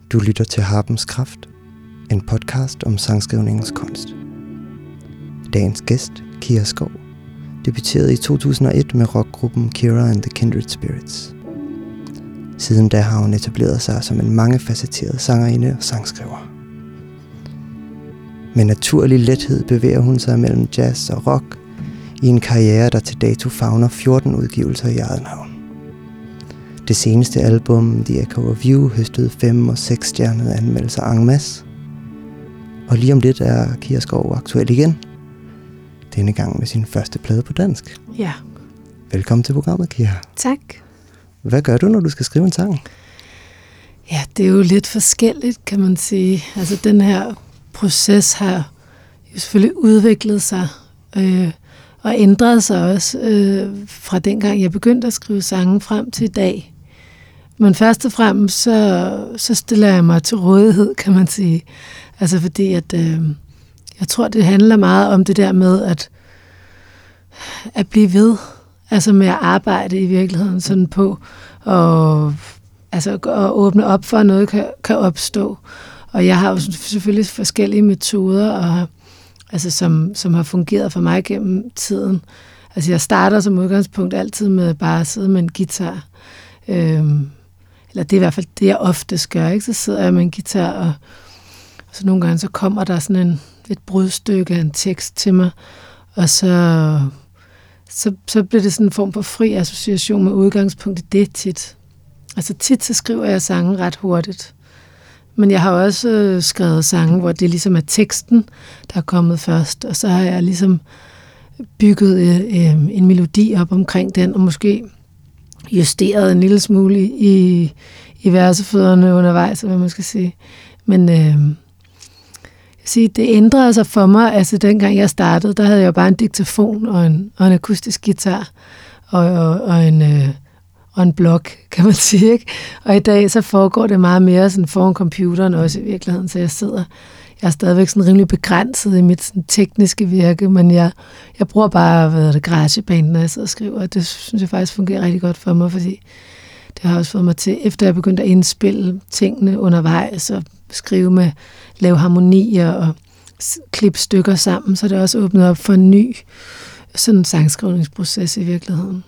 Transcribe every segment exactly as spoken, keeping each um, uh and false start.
Du lytter til Harpens Kraft, en podcast om sangskrivningens kunst. Dagens gæst, Kira Skov, debuterede i to tusind og et med rockgruppen Kira and the Kindred Spirits. Siden da har hun etableret sig som en mangefacetteret sangerinde og sangskriver. Med naturlig lethed bevæger hun sig mellem jazz og rock i en karriere, der til dato favner fjorten udgivelser i eget navn. Det seneste album, The Echo of You, høstede fem- og seks-stjernede anmeldelser en masse. Og lige om lidt er Kira Skov aktuel igen. Denne gang med sin første plade på dansk. Ja. Velkommen til programmet, Kira. Tak. Hvad gør du, når du skal skrive en sang? Ja, det er jo lidt forskelligt, kan man sige. Altså, den her proces har jo selvfølgelig udviklet sig øh, og ændret sig også øh, fra dengang, jeg begyndte at skrive sange frem til i dag. Men først og fremmest, så, så stiller jeg mig til rådighed, kan man sige. Altså fordi, at øh, jeg tror, det handler meget om det der med at, at blive ved. Altså med at arbejde i virkeligheden sådan på, og altså at åbne op for, at noget kan, kan opstå. Og jeg har jo selvfølgelig forskellige metoder, og, altså som, som har fungeret for mig gennem tiden. Altså jeg starter som udgangspunkt altid med bare at sidde med en guitar. Øhm, eller det er i hvert fald det, jeg oftest gør. Ikke? Så sidder jeg med en guitar, og, og så nogle gange så kommer der sådan en, et brudstykke af en tekst til mig, og så, så, så bliver det sådan en form for fri association med udgangspunkt i det tit. Altså tit så skriver jeg sange ret hurtigt. Men jeg har også øh, skrevet sange, hvor det ligesom er teksten, der er kommet først, og så har jeg ligesom bygget øh, en melodi op omkring den, og måske justeret en lille smule i, i versefødderne undervejs, hvad man skal sige. Men øh, jeg siger, det ændrede sig for mig. Altså dengang jeg startede, der havde jeg jo bare en diktafon og en, og en akustisk guitar og, og, og en... Øh, og en blog, kan man sige, ikke? Og i dag, så foregår det meget mere sådan foran computeren også i virkeligheden, så jeg sidder, jeg er stadigvæk sådan rimelig begrænset i mit sådan tekniske virke, men jeg, jeg bruger bare, hvad det, GarageBand, når jeg sidder og skriver, og det synes jeg faktisk fungerer rigtig godt for mig, fordi det har også fået mig til, efter jeg begyndte at indspille tingene undervejs, og skrive med, lave harmonier og klippe stykker sammen, så det også åbnet op for en ny sådan sangskrivningsproces i virkeligheden.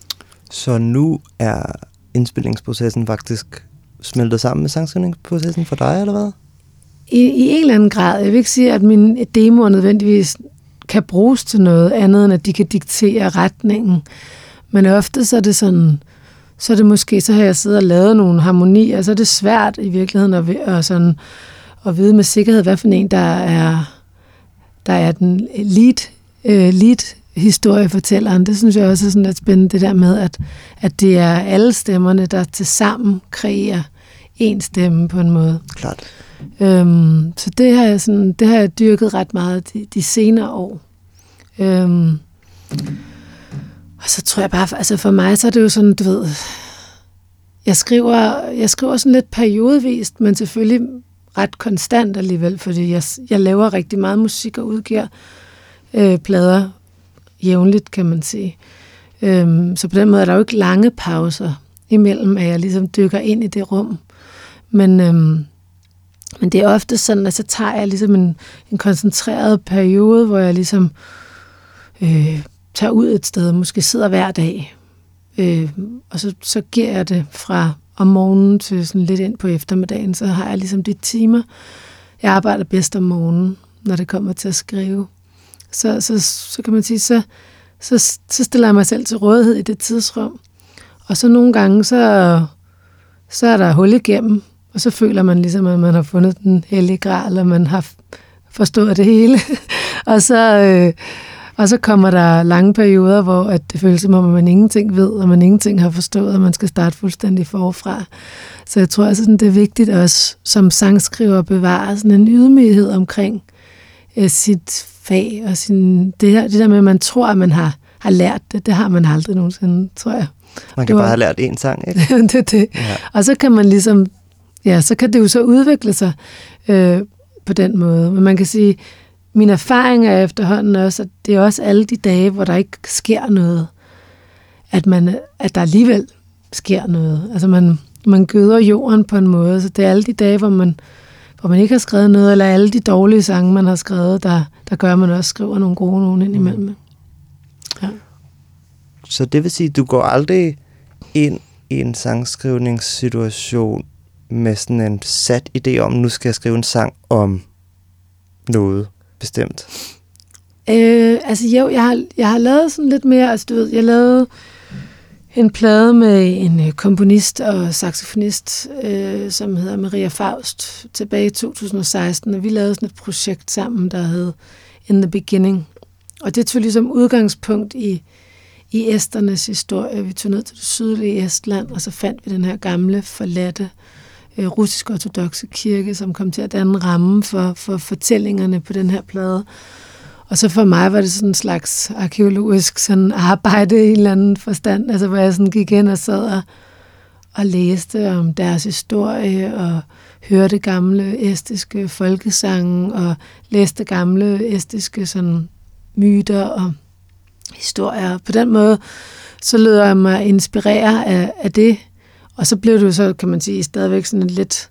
Så nu er indspillingsprocessen faktisk smeltet sammen med sangskrivningsprocessen for dig, eller hvad? I, I en eller anden grad. Jeg vil ikke sige, at mine demoer nødvendigvis kan bruges til noget andet, end at de kan diktere retningen. Men ofte så er det sådan, så er det måske, så har jeg siddet og lavet nogle harmonier, så er det svært i virkeligheden at, at, sådan, at vide med sikkerhed, hvad for en, der er, der er den lead, uh, lead historiefortælleren. Det synes jeg også er sådan lidt spændende, det der med, at, at det er alle stemmerne, der tilsammen kreerer en stemme på en måde. Klart. Øhm, så det har, jeg sådan, det har jeg dyrket ret meget de, de senere år. Øhm, og så tror jeg bare, altså for mig, så er det jo sådan, du ved, jeg skriver, jeg skriver sådan lidt periodevist, men selvfølgelig ret konstant alligevel, fordi jeg, jeg laver rigtig meget musik og udgiver øh, plader jævnligt, kan man sige. Øhm, så på den måde er der jo ikke lange pauser imellem, at jeg ligesom dykker ind i det rum. Men, øhm, men det er ofte sådan, at så tager jeg ligesom en, en koncentreret periode, hvor jeg ligesom øh, tager ud et sted, måske sidder hver dag, øh, og så, så giver jeg det fra om morgenen til sådan lidt ind på eftermiddagen, så har jeg ligesom de timer. Jeg arbejder bedst om morgenen, når det kommer til at skrive. Så, så, så kan man sige, så, så, så stiller jeg mig selv til rådighed i det tidsrum. Og så nogle gange, så, så er der hul igennem, og så føler man ligesom, at man har fundet den hellige gral, og man har forstået det hele. og, så, øh, og så kommer der lange perioder, hvor at det føles som om, at man ingenting ved, og man ingenting har forstået, og man skal starte fuldstændig forfra. Så jeg tror, at det er vigtigt også som sangskriver at bevare sådan en ydmyghed omkring øh, sit fag, og sin, det, her, det der med, at man tror, at man har, har lært det, det har man aldrig nogensinde, tror jeg. Man kan var, bare have lært én sang, ikke? det er det. Ja. Og så kan man ligesom, ja, så kan det jo så udvikle sig øh, på den måde. Men man kan sige, min erfaring er efterhånden også, at det er også alle de dage, hvor der ikke sker noget, at, man, at der alligevel sker noget. Altså man, man gøder jorden på en måde. Så det er alle de dage, hvor man, hvor man ikke har skrevet noget, eller alle de dårlige sange, man har skrevet, der, der gør, at man også skriver nogle gode nogen ind imellem. Ja. Så det vil sige, at du går aldrig ind i en sangskrivningssituation med sådan en sat idé om, nu skal jeg skrive en sang om noget bestemt? Øh, altså jo, jeg har, jeg har lavet sådan lidt mere, altså du ved, jeg lavede en plade med en øh, komponist og saxofonist, øh, som hedder Maria Faust, tilbage i to tusind og seksten, og vi lavede sådan et projekt sammen, der hed In the Beginning. Og det tog ligesom udgangspunkt i, i esternes historie. Vi tog ned til det sydlige Estland, og så fandt vi den her gamle, forladte, øh, russisk-ortodoxe kirke, som kom til at danne ramme for, for fortællingerne på den her plade. Og så for mig var det sådan en slags arkeologisk sådan arbejde i en eller anden forstand, altså hvor jeg sådan gik ind og sad og, og læste om deres historie, og hørte gamle estiske folkesange, og læste gamle estiske sådan myter og historier. På den måde, så lød jeg mig inspirere af, af det, og så blev det jo så, kan man sige, stadigvæk sådan en lidt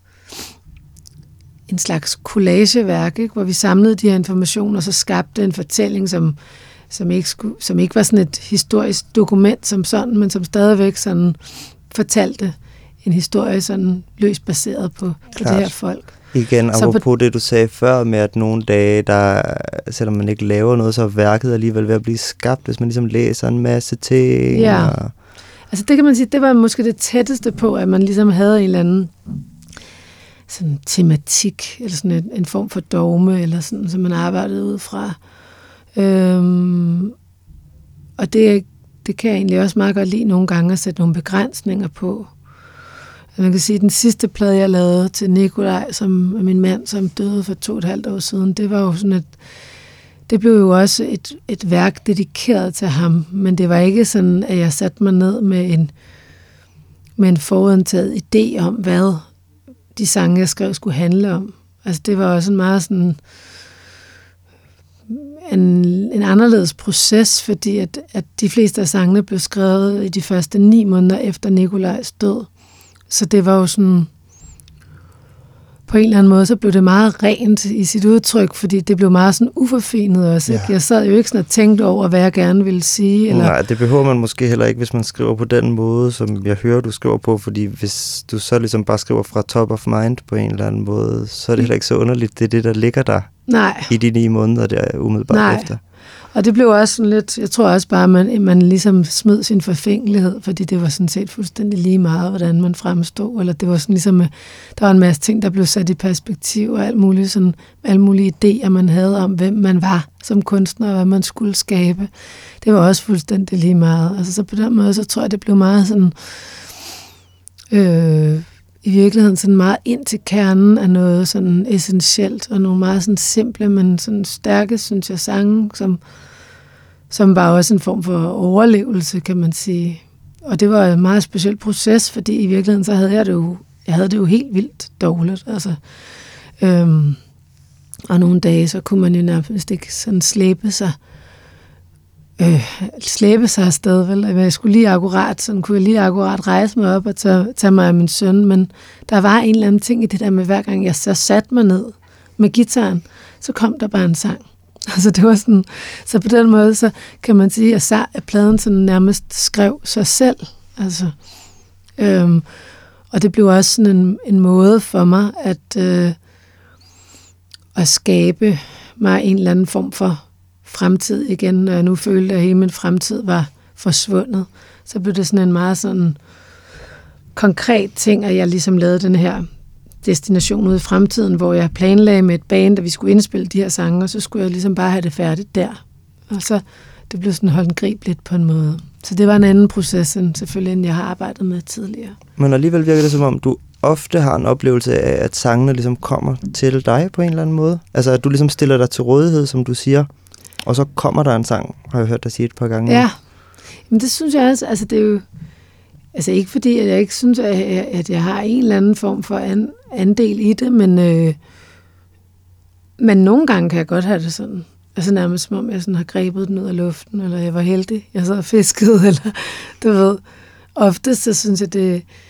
en slags collageværk, ikke? Hvor vi samlede de her informationer, og så skabte en fortælling, som, som, ikke skulle, som ikke var sådan et historisk dokument som sådan, men som stadigvæk sådan fortalte en historie sådan løst baseret på, på det her folk. Igen, apropos på det, du sagde før med, at nogle dage, der, selvom man ikke laver noget, så er værket alligevel ved at blive skabt, hvis man ligesom læser en masse ting. Ja, og altså det kan man sige, det var måske det tætteste på, at man ligesom havde en eller anden sådan tematik, eller sådan en, en form for dogme, eller sådan, som man arbejdede ud fra. Øhm, og det, det kan jeg egentlig også meget godt lide nogle gange at sætte nogle begrænsninger på. Man kan sige, at den sidste plade, jeg lavede til Nikolaj, som er min mand, som døde for to og et halvt år siden, det var jo sådan et, det blev jo også et, et værk dedikeret til ham, men det var ikke sådan, at jeg satte mig ned med en, med en forudtaget idé om, hvad de sange, jeg skrev, skulle handle om. Altså det var også en meget sådan en, en anderledes proces, fordi at, at de fleste af sangene blev skrevet i de første ni måneder efter Nikolajs død. Så det var jo sådan, på en eller anden måde, så blev det meget rent i sit udtryk, fordi det blev meget sådan uforfinet også. Ja. Jeg sad jo ikke sådan og tænkte over, hvad jeg gerne ville sige. Eller nej, det behøver man måske heller ikke, hvis man skriver på den måde, som jeg hører, du skriver på, fordi hvis du så ligesom bare skriver fra top of mind på en eller anden måde, så er det heller ikke så underligt. Det er det, der ligger der nej. I de ni måneder, der er umiddelbart nej. efter. Og det blev også sådan lidt, jeg tror også bare, at man, man ligesom smed sin forfængelighed, fordi det var sådan set fuldstændig lige meget, hvordan man fremstod, eller det var sådan ligesom, der var en masse ting, der blev sat i perspektiv, og alt muligt, sådan, alle mulige idéer, man havde om, hvem man var som kunstner, og hvad man skulle skabe. Det var også fuldstændig lige meget. Altså så på den måde, så tror jeg, det blev meget sådan, øh, i virkeligheden sådan meget ind til kernen af noget sådan essentielt, og nogle meget sådan simple, men sådan stærke, synes jeg, sange, som, som var også en form for overlevelse, kan man sige. Og det var en meget speciel proces, fordi i virkeligheden, så havde jeg det jo, jeg havde det jo helt vildt dårligt. Altså, øhm, og nogle dage, så kunne man jo nærmest ikke sådan slæbe sig, Øh, slæbe sig afsted, vel? Jeg skulle lige akkurat, sådan kunne jeg lige akkurat rejse mig op og tage, tage mig af min søn, men der var en eller anden ting i det der med, hver gang jeg så satte mig ned med gitaren, så kom der bare en sang. Altså det var sådan, så på den måde, så kan man sige, at, at pladen sådan nærmest skrev sig selv. Altså, øhm, og det blev også sådan en, en måde for mig at, øh, at skabe mig en eller anden form for fremtid igen, når jeg nu følte, at hele min fremtid var forsvundet. Så blev det sådan en meget sådan konkret ting, at jeg ligesom lavede den her destination ude i fremtiden, hvor jeg planlagde med et band, at vi skulle indspille de her sange, og så skulle jeg ligesom bare have det færdigt der. Og så det blev sådan holdt gribeligt på en måde. Så det var en anden proces, end selvfølgelig, end jeg har arbejdet med tidligere. Men alligevel virker det som om, du ofte har en oplevelse af, at sangene ligesom kommer til dig på en eller anden måde. Altså, at du ligesom stiller dig til rådighed, som du siger, og så kommer der en sang, har jeg hørt dig sige et par gange. Ja, men det synes jeg også, altså det er jo, altså ikke fordi, at jeg ikke synes, at jeg, at jeg har en eller anden form for an, andel i det, men, øh, men nogle gange kan jeg godt have det sådan, altså nærmest som om jeg sådan har grebet den ud af luften, eller jeg var heldig, jeg så fiskede, eller du ved, ofte så synes jeg det,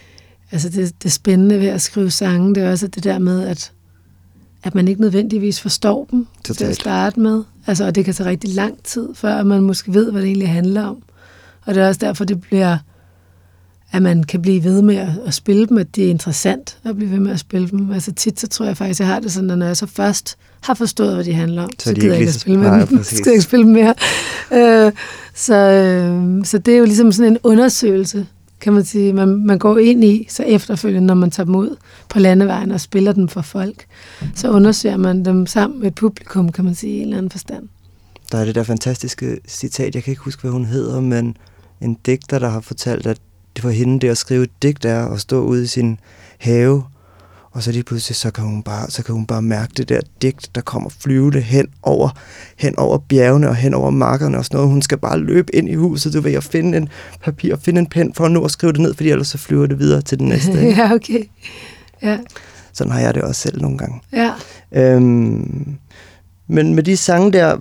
altså det, det spændende ved at skrive sange, det er også det der med, at, at man ikke nødvendigvis forstår dem Totalt. til at starte med. Altså, og det kan tage rigtig lang tid, før man måske ved, hvad det egentlig handler om. Og det er også derfor, det bliver, at man kan blive ved med at, at spille dem, at det er interessant at blive ved med at spille dem. Altså tit, så tror jeg faktisk, jeg har det sådan, at når jeg så først har forstået, hvad de handler om, så, så gider jeg ikke at spille med dem. Så skal jeg ikke spille mere. Øh, så, øh, så det er jo ligesom sådan en undersøgelse, kan man sige, man, man går ind i, så efterfølgende, når man tager dem ud på landevejen og spiller dem for folk, så undersøger man dem sammen med et publikum, kan man sige, i en eller anden forstand. Der er det der fantastiske citat, jeg kan ikke huske, hvad hun hedder, men en digter, der har fortalt, at det var hende, det at skrive et digt er, og stå ude i sin have, og så lige pludselig, så kan hun bare, så kan hun bare mærke det der digt, der kommer flyvende hen over, hen over bjergene og hen over markerne og sådan noget. Hun skal bare løbe ind i huset, du ved, og finde en papir og finde en pen for at nå at skrive det ned, fordi ellers så flyver det videre til den næste. Ja, okay. Ja. Sådan har jeg det også selv nogle gange. Ja. Øhm, men med de sange der,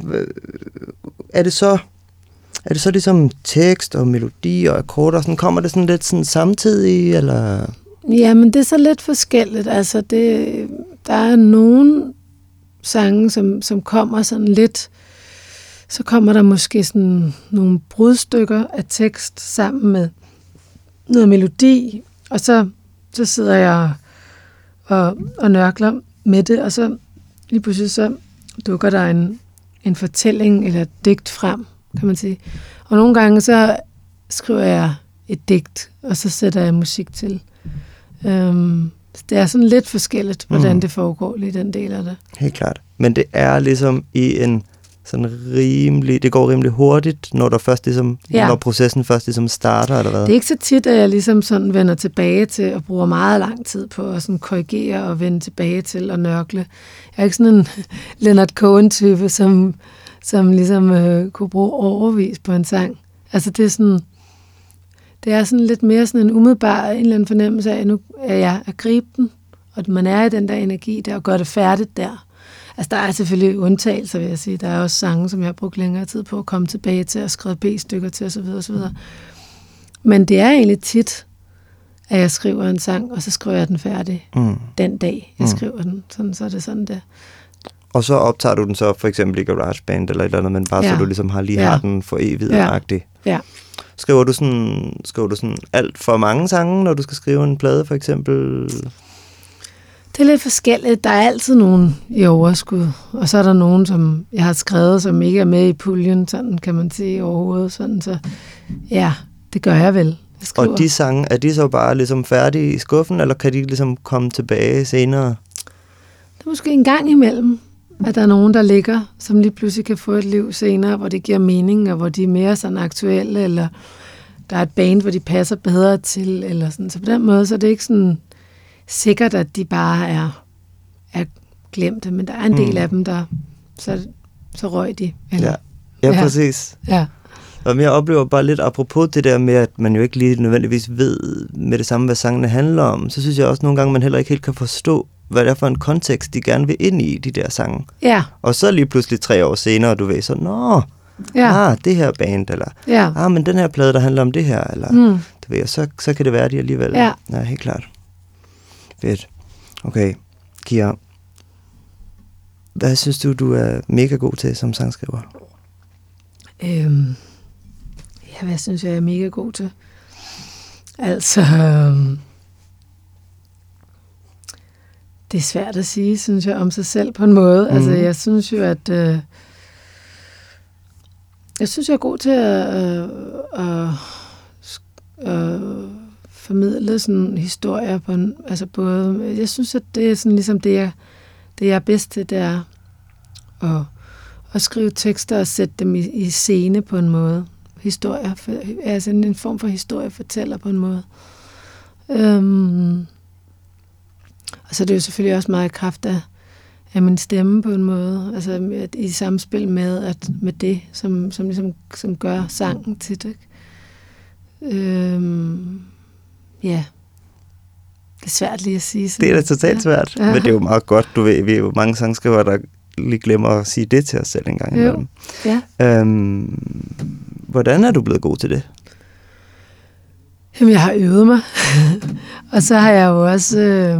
er det så, er det så ligesom tekst og melodi og akkorder, sådan kommer det sådan lidt sådan samtidig, eller? Ja, men det er så lidt forskelligt. Altså, det, der er nogle sange, som, som kommer sådan lidt, så kommer der måske sådan nogle brudstykker af tekst sammen med noget melodi, og så, så sidder jeg og, og nørkler med det, og så lige pludselig så dukker der en, en fortælling eller et digt frem, kan man sige. Og nogle gange så skriver jeg et digt, og så sætter jeg musik til. Um, det er sådan lidt forskelligt, hvordan mm. det foregår lige den del af det. Helt klart. Men det er ligesom i en sådan rimelig, det går rimelig hurtigt, når der først ligesom, ja. når processen først ligesom starter, eller hvad? Det er ikke så tit, at jeg ligesom sådan vender tilbage til og bruger meget lang tid på at sådan korrigere og vende tilbage til og nørkle. Jeg er ikke sådan en Leonard Cohen-type, som, som ligesom øh, kunne bruge overvis på en sang. Altså det er sådan, det er sådan lidt mere sådan en umiddelbar, en eller anden fornemmelse af, at nu er jeg at gribe den, og at man er i den der energi der, og gør det færdigt der. Altså, der er selvfølgelig undtagelser, vil jeg sige. Der er også sange, som jeg har brugt længere tid på at komme tilbage til, og skrive B-stykker til, osv. osv. Men det er egentlig tit, at jeg skriver en sang, og så skriver jeg den færdig mm. den dag, jeg mm. skriver den. Sådan, så er det sådan, der. Og så optager du den så for eksempel i GarageBand eller et eller andet, men bare ja. så du ligesom har lige ja. har den for evigt-agtigt. Ja. ja. Skriver du sådan, skriver du sådan alt for mange sange, når du skal skrive en plade, for eksempel? Det er lidt forskelligt. Der er altid nogen i overskud, og så er der nogen, som jeg har skrevet, som ikke er med i puljen, sådan kan man sige overhovedet. Sådan, så ja, det gør jeg vel. Jeg og de sange, er de så bare ligesom færdige i skuffen, eller kan de ligesom komme tilbage senere? Det er måske en gang imellem, at der er nogen, der ligger, som lige pludselig kan få et liv senere, hvor det giver mening, og hvor de er mere sådan aktuelle, eller der er et band, hvor de passer bedre til, eller sådan. Så på den måde, så er det ikke sådan sikkert, at de bare er, er glemte, men der er en del mm. af dem, der så, så røg de. Eller, ja. ja, ja, præcis. Ja. Og jeg oplever bare lidt apropos det der med, at man jo ikke lige nødvendigvis ved med det samme, hvad sangene handler om, så synes jeg også nogle gange, man heller ikke helt kan forstå, hvad det er for en kontekst, de gerne vil ind i, de der sange. Ja. Og så lige pludselig tre år senere, du ved så, nå, ja. ah, det her band, eller ja. ah, men den her plade, der handler om det her, eller mm. du ved, så, så kan det være de alligevel. Ja. Ja, helt klart. Fedt. Okay, Kira. Hvad synes du, du er mega god til som sangskriver? Øhm, ja, hvad synes jeg, jeg er mega god til? Altså, øhm, det er svært at sige, synes jeg, om sig selv på en måde. Mm. Altså, jeg synes jo, at øh, jeg synes, jeg er god til at øh, øh, øh, formidle sådan historier på en, altså både, jeg synes, at det er sådan ligesom det, jeg, det jeg er bedst til, det er at, at skrive tekster og sætte dem i, i scene på en måde. Historier, for, altså en form for historiefortæller på en måde. Øhm, og så er det jo selvfølgelig også meget kraft af, af min stemme på en måde, altså at, i samspil med, at, med det, som, som ligesom som gør sangen til det. Øhm, Ja, det er svært lige at sige sådan. Det er da totalt svært, ja. Men det er jo meget godt, du ved, vi er jo mange sangskrivere, der lige glemmer at sige det til os selv en gang imellem. Ja. Øhm, hvordan er du blevet god til det? Jamen, jeg har øvet mig. Og så har jeg jo også... Øh,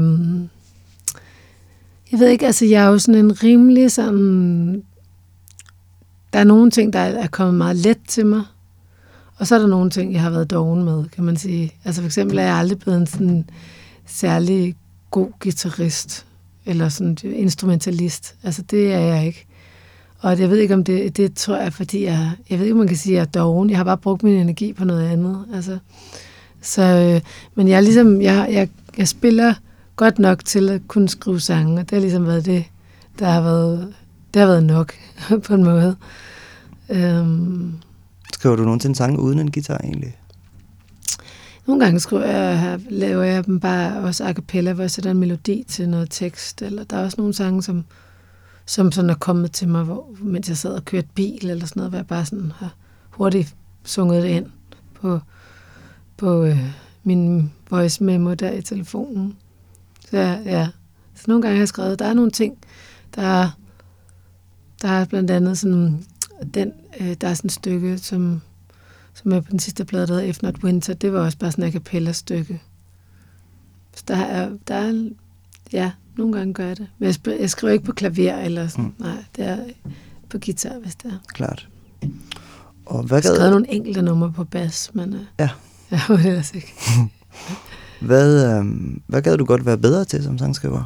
jeg ved ikke, altså jeg er jo sådan en rimelig sådan... Der er nogle ting, der er kommet meget let til mig. Og så er der nogle ting, jeg har været doven med, kan man sige. Altså for eksempel er jeg aldrig blevet en sådan særlig god guitarist. Eller sådan instrumentalist. Altså det er jeg ikke. Og jeg ved ikke, om det, det tror jeg, fordi jeg... Jeg ved ikke, om man kan sige, at jeg er doven. Jeg har bare brugt min energi på noget andet. Altså... Så, men jeg ligesom, jeg, jeg, jeg spiller godt nok til at kunne skrive sange, og det har ligesom været det, der har været, det har været nok på en måde. Um, Skriver du nogensinde sange uden en guitar egentlig? Nogle gange skriver jeg, laver jeg dem bare også a cappella, hvor jeg sætter en melodi til noget tekst, eller der er også nogle sange, som, som sådan er kommet til mig, hvor, mens jeg sad og kørte bil, eller sådan noget, hvor jeg bare sådan har hurtigt sunget det ind på på øh, min voice memo der i telefonen. Så ja, så nogle gange har jeg skrevet, der er nogle ting, der er, der er blandt andet sådan, den, øh, der er sådan et stykke, som, som er på den sidste plade, der hedder If Not Winter, det var også bare sådan et a cappella-stykke. Så der er, der er, ja, nogle gange gør jeg det. Men jeg, sp- jeg skriver ikke på klaver eller sådan, mm. nej, det er på guitar, hvis det er. Klart. Og hvad jeg har skrevet nogle enkelte numre på bas, men... Øh, ja. Jeg var ellers ikke. hvad, øh, hvad gad du godt være bedre til som sangskriver?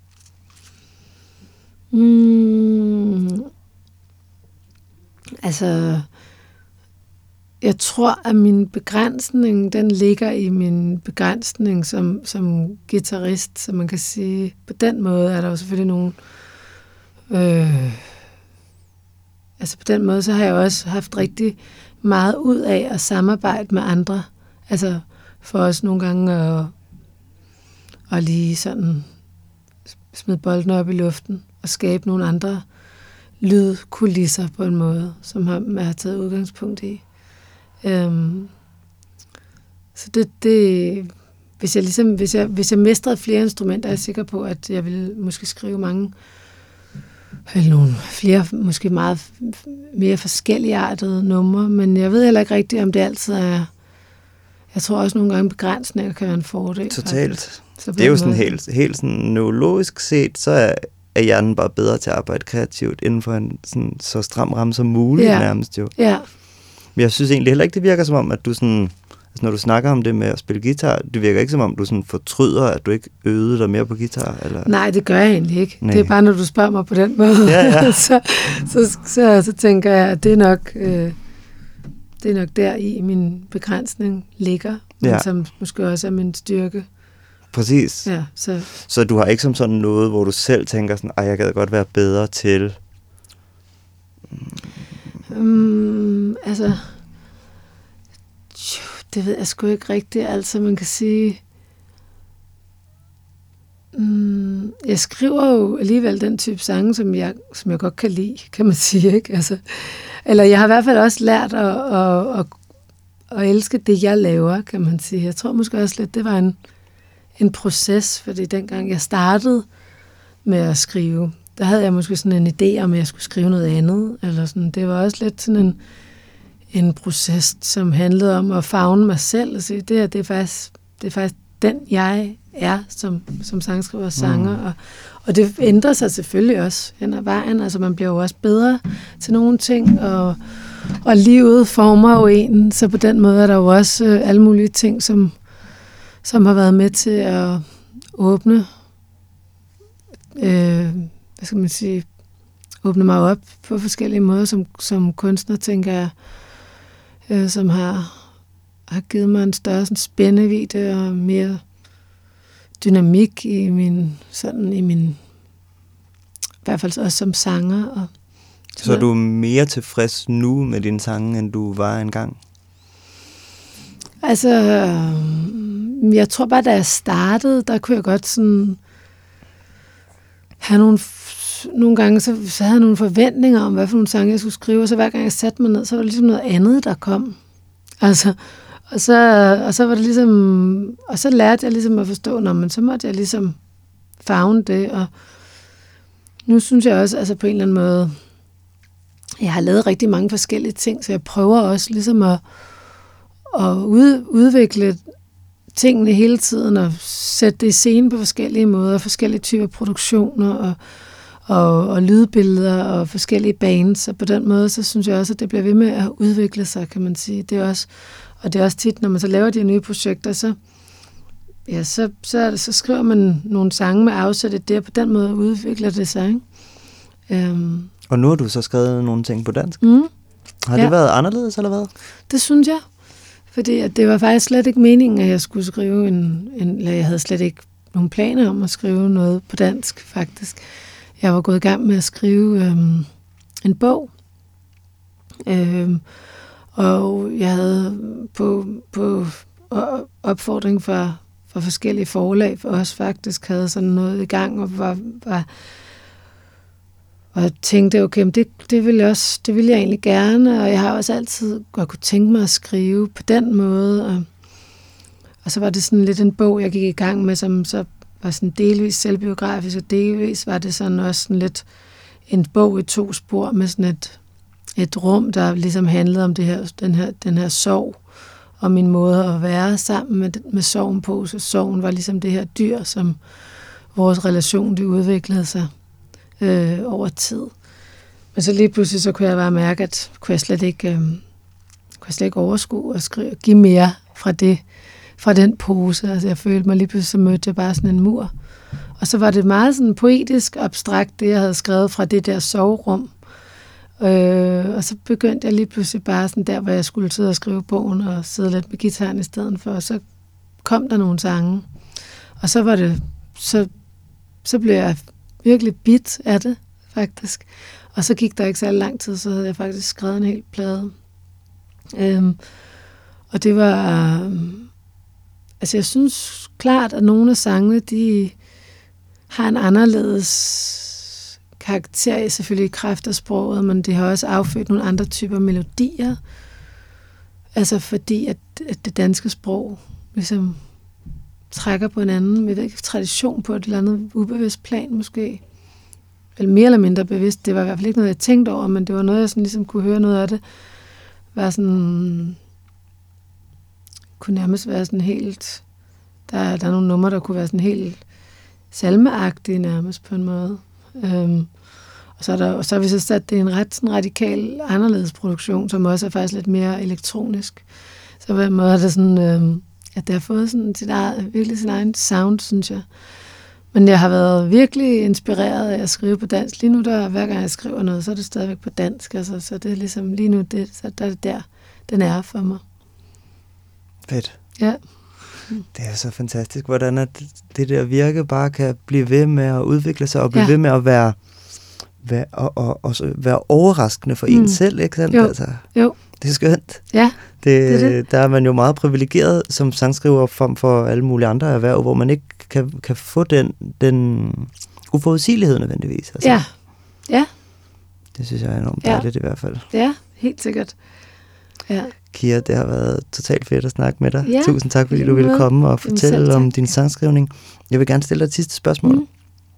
Mm, altså, jeg tror, at min begrænsning, den ligger i min begrænsning som, som guitarist, så man kan sige, på den måde er der jo selvfølgelig nogle... Øh, altså på den måde, så har jeg også haft rigtig meget ud af at samarbejde med andre. Altså for os nogle gange at, at lige sådan smide bolden op i luften og skabe nogle andre lydkulisser på en måde, som har, man har taget udgangspunkt i. Um, så det, det hvis jeg ligesom, hvis jeg, hvis jeg mestrede flere instrumenter, er jeg sikker på, at jeg ville måske skrive mange eller nogle flere, måske meget mere forskellige artede numre, men jeg ved heller ikke rigtigt, om det altid er. Jeg tror også nogle gange begrænsninger kan være en fordel. Totalt. Det er jo sådan helt, helt sådan neurologisk set, så er, er hjernen bare bedre til at arbejde kreativt inden for en sådan, så stram ramme som muligt ja. nærmest jo. Ja. Men jeg synes egentlig heller ikke, det virker som om, at du sådan, altså når du snakker om det med at spille guitar, det virker ikke som om, du sådan fortryder, at du ikke øvede dig mere på guitar? Eller? Nej, det gør jeg egentlig ikke. Nej. Det er bare, når du spørger mig på den måde, ja, ja. så, så, så, så tænker jeg, at det er nok, øh, det er nok der i min begrænsning ligger, men ja. som måske også er min styrke. Præcis. Ja, så. så du har ikke som sådan noget, hvor du selv tænker sådan, ej, jeg gad godt være bedre til... Um, altså... Det ved jeg sgu ikke rigtigt. Altså, man kan sige... Mm, jeg skriver jo alligevel den type sange, som jeg, som jeg godt kan lide, kan man sige, ikke? Altså, eller jeg har i hvert fald også lært at, at, at, at elske det, jeg laver, kan man sige. Jeg tror måske også lidt, det var en, en proces, fordi dengang jeg startede med at skrive, der havde jeg måske sådan en idé om, at jeg skulle skrive noget andet. Eller sådan. Det var også lidt sådan en, en proces, som handlede om at favne mig selv og sige, det her, det er faktisk, det er faktisk den, jeg er som, som sangskriver og sanger. Mm. Og, og det ændrer sig selvfølgelig også hen ad vejen. Altså man bliver jo også bedre til nogle ting, og, og livet former jo en. Så på den måde er der jo også øh, alle mulige ting, som, som har været med til at åbne, øh, hvad skal man sige, åbne mig op på forskellige måder som, som kunstner, tænker jeg, øh, som har, har givet mig en større sådan, spændevidde og mere dynamik i min, sådan i min, i hvert fald også som sanger. Og, så, så er du mere tilfreds nu med dine sange, end du var engang? Altså, jeg tror bare, da jeg startede, der kunne jeg godt sådan have nogle, nogle gange, så, så havde jeg nogle forventninger om, hvad for nogle sange jeg skulle skrive, og så hver gang jeg satte mig ned, så var det ligesom noget andet, der kom. Altså, og så, og så var det ligesom, og så lærte jeg ligesom at forstå, nå, men så måtte jeg ligesom favne det, og nu synes jeg også, altså på en eller anden måde, jeg har lavet rigtig mange forskellige ting, så jeg prøver også ligesom at, at ud, udvikle tingene hele tiden og sætte det i scene på forskellige måder, forskellige typer produktioner og, og, og lydbilleder og forskellige bands. Og på den måde, så synes jeg også, at det bliver ved med at udvikle sig, kan man sige. Det er også, og det er også tit, når man så laver de her nye projekter, så, ja, så, så, er det, så skriver man nogle sange med afsæt i det, og på den måde udvikler det sig. Ikke? Um, og nu har du så skrevet nogle ting på dansk. Mm, har ja. det været anderledes, eller hvad? Det synes jeg. Fordi at det var faktisk slet ikke meningen, at jeg skulle skrive en, en... Eller jeg havde slet ikke nogen planer om at skrive noget på dansk, faktisk. Jeg var gået i gang med at skrive øhm, en bog. Øhm, og jeg havde på, på opfordring fra, fra forskellige forlag, for os faktisk havde sådan noget i gang, og var... var Og jeg tænkte, okay, det, det, ville jeg også, det ville jeg egentlig gerne, og jeg har også altid godt kunne tænke mig at skrive på den måde. Og, og så var det sådan lidt en bog, jeg gik i gang med, som så var sådan delvis selvbiografisk, og delvis var det sådan også sådan lidt en bog i to spor med sådan et, et rum, der ligesom handlede om det her, den, her, den her sorg, og min måde at være sammen med, med sorgen på. Så sorgen var ligesom det her dyr, som vores relation, det udviklede sig Øh, over tid. Men så lige pludselig, så kunne jeg bare mærke, at kunne jeg slet ikke, øh, kunne jeg slet ikke overskue og skrive, give mere fra det, fra den pose. Altså jeg følte mig lige pludselig, så mødte jeg bare sådan en mur. Og så var det meget sådan poetisk, abstrakt, det jeg havde skrevet fra det der soverum. Øh, og så begyndte jeg lige pludselig bare sådan der, hvor jeg skulle sidde og skrive bogen og sidde lidt med guitaren i stedet for, og så kom der nogle sange. Og så var det, så, så blev jeg virkelig bit af det, faktisk. Og så gik der ikke så lang tid, så havde jeg faktisk skrevet en hel plade. Øhm, og det var... Øhm, altså, jeg synes klart, at nogle af sangene, de har en anderledes karakter, selvfølgelig i kraft af sproget, men det har også affødt nogle andre typer melodier. Altså, fordi at, at det danske sprog ligesom trækker på en anden, jeg ved ikke, tradition på et eller andet ubevidst plan måske. Eller mere eller mindre bevidst. Det var i hvert fald ikke noget, jeg tænkte over, men det var noget, jeg sådan ligesom kunne høre noget af det. Var sådan... Kunne nærmest være sådan helt... Der, der er nogle numre, der kunne være sådan helt salmeagtige nærmest på en måde. Øhm, og, så er der, og så har vi så sat det i en ret sådan radikal anderledes produktion, som også er faktisk lidt mere elektronisk. Så på en måde er det sådan... Øhm, at det har fået sådan sit eget, virkelig sin egen sound, synes jeg. Men jeg har været virkelig inspireret af at skrive på dansk. Lige nu, der, hver gang jeg skriver noget, så er det stadigvæk på dansk. Altså, så det er ligesom lige nu, det, så der er det der, den er for mig. Fedt. Ja. Det er så fantastisk, hvordan at det der virke bare kan blive ved med at udvikle sig, og blive ja. ved med at være, være, og, og, og være overraskende for mm. en selv, ikke sandt? Jo. Altså, jo. Det er skønt. Ja, det, det er det. Der er man jo meget privilegeret som sangskriver frem for alle mulige andre erhverv, hvor man ikke kan, kan få den, den uforudsigelighed nødvendigvis. Altså. Ja, ja. Det synes jeg er enormt dejligt ja. i hvert fald. Ja, helt sikkert. Ja. Kira, det har været totalt fedt at snakke med dig. Ja, Tusind tak, fordi du ville komme og fortælle om din sangskrivning. Jeg vil gerne stille dig et sidste spørgsmål. Mm.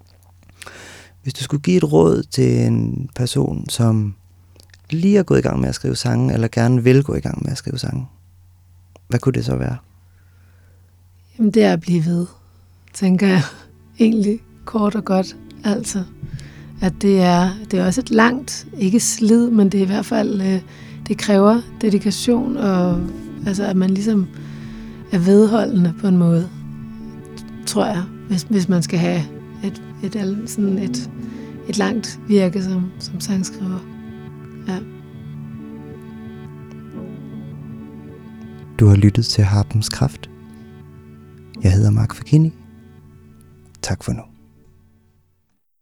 Hvis du skulle give et råd til en person, som lige er gået i gang med at skrive sange, eller gerne vil gå i gang med at skrive sange, hvad kunne det så være? Jamen, det er at blive ved, tænker jeg. Egentlig kort og godt, altså. At det er, det er også et langt, ikke slid, men det er i hvert fald, øh, det kræver dedikation, og altså, at man ligesom er vedholdende på en måde, tror jeg, hvis, hvis man skal have et, et, sådan et, et langt virke som, som sangskriver. Ja. Du har lyttet til Harpens Kraft. Jeg hedder Mark Fakini. Tak for nu.